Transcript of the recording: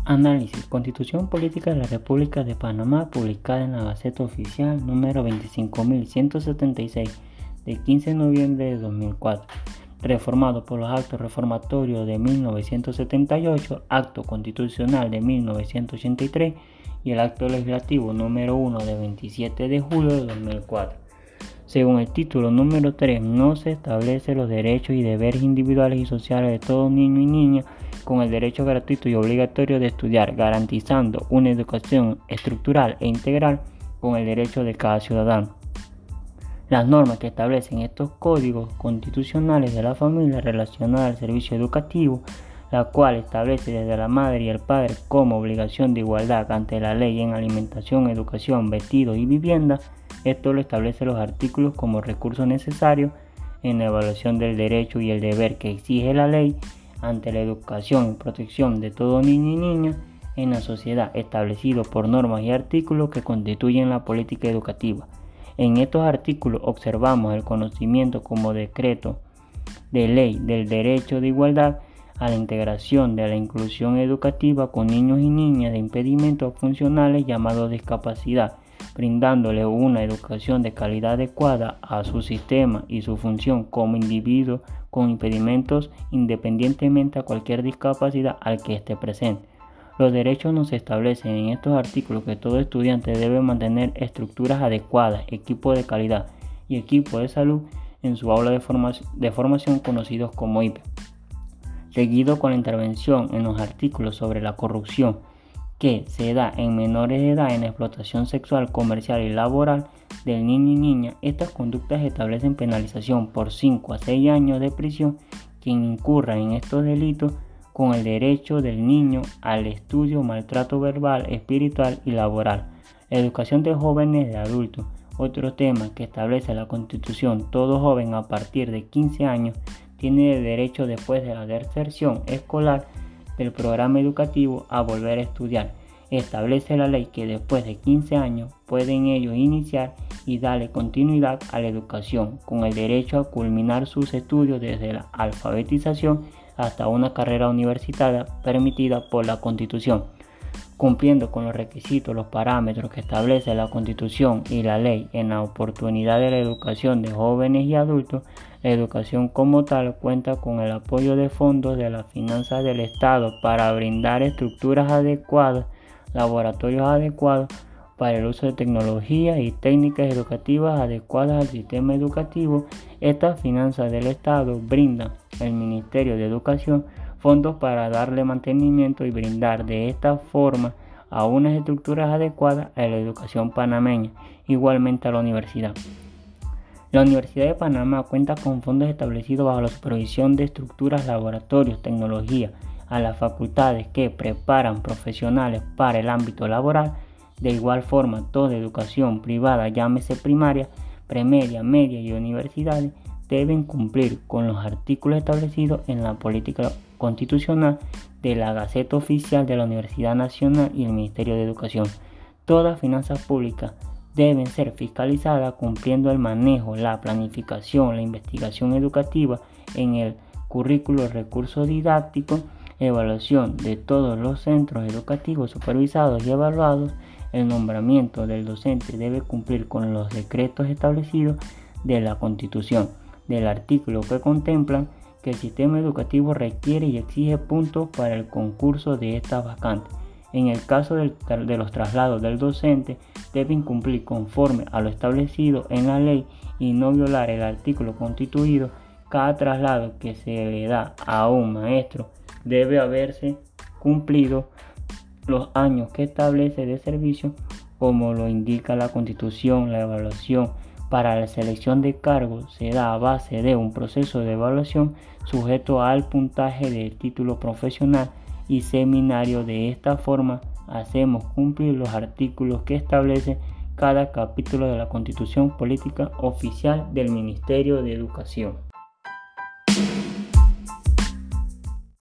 Análisis. Constitución Política de la República de Panamá, publicada en la Gaceta Oficial número 25.176 de 15 de noviembre de 2004. Reformado por los actos reformatorios de 1978, acto constitucional de 1983 y el acto legislativo número 1 de 27 de julio de 2004. Según el título número 3, no se establecen los derechos y deberes individuales y sociales de todo niño y niña con el derecho gratuito y obligatorio de estudiar, garantizando una educación estructural e integral con el derecho de cada ciudadano. Las normas que establecen estos códigos constitucionales de la familia relacionadas al servicio educativo, la cual establece desde la madre y el padre como obligación de igualdad ante la ley en alimentación, educación, vestido y vivienda. Esto lo establece los artículos como recursos necesarios en la evaluación del derecho y el deber que exige la ley ante la educación y protección de todo niño y niña en la sociedad, establecido por normas y artículos que constituyen la política educativa. En estos artículos observamos el conocimiento como decreto de ley del derecho de igualdad a la integración de la inclusión educativa con niños y niñas de impedimentos funcionales llamados discapacidad, brindándole una educación de calidad adecuada a su sistema y su función como individuo con impedimentos independientemente a cualquier discapacidad al que esté presente. Los derechos nos establecen en estos artículos que todo estudiante debe mantener estructuras adecuadas, equipo de calidad y equipo de salud en su aula de formación conocidos como IPE. Seguido con la intervención en los artículos sobre la corrupción que se da en menores de edad en la explotación sexual, comercial y laboral del niño y niña. Estas conductas establecen penalización por 5 a 6 años de prisión quien incurra en estos delitos con el derecho del niño al estudio, maltrato verbal, espiritual y laboral. La educación de jóvenes y de adultos. Otro tema que establece la Constitución: todo joven a partir de 15 años tiene el derecho después de la deserción escolar del programa educativo a volver a estudiar. Establece la ley que después de 15 años pueden ellos iniciar y darle continuidad a la educación con el derecho a culminar sus estudios desde la alfabetización hasta una carrera universitaria permitida por la Constitución. Cumpliendo con los requisitos, los parámetros que establece la Constitución y la ley en la oportunidad de la educación de jóvenes y adultos, la educación como tal cuenta con el apoyo de fondos de las finanzas del Estado para brindar estructuras adecuadas, laboratorios adecuados para el uso de tecnologías y técnicas educativas adecuadas al sistema educativo. Estas finanzas del Estado brindan al Ministerio de Educación fondos para darle mantenimiento y brindar de esta forma a unas estructuras adecuadas a la educación panameña, igualmente a la universidad. La Universidad de Panamá cuenta con fondos establecidos bajo la supervisión de estructuras, laboratorios, tecnología, a las facultades que preparan profesionales para el ámbito laboral. De igual forma, toda educación privada, llámese primaria, premedia, media y universidades, deben cumplir con los artículos establecidos en la política constitucional de la Gaceta Oficial de la Universidad Nacional y el Ministerio de Educación. Todas finanzas públicas deben ser fiscalizadas cumpliendo el manejo, la planificación, la investigación educativa en el currículo, recursos didácticos, evaluación de todos los centros educativos supervisados y evaluados. El nombramiento del docente debe cumplir con los decretos establecidos de la Constitución, del artículo que contemplan que el sistema educativo requiere y exige puntos para el concurso de estas vacantes. En el caso de los traslados del docente, deben cumplir conforme a lo establecido en la ley y no violar el artículo constituido. Cada traslado que se le da a un maestro debe haberse cumplido los años que establece de servicio, como lo indica la Constitución. La evaluación para la selección de cargos se da a base de un proceso de evaluación sujeto al puntaje del título profesional y seminario. De esta forma hacemos cumplir los artículos que establece cada capítulo de la Constitución Política Oficial del Ministerio de Educación.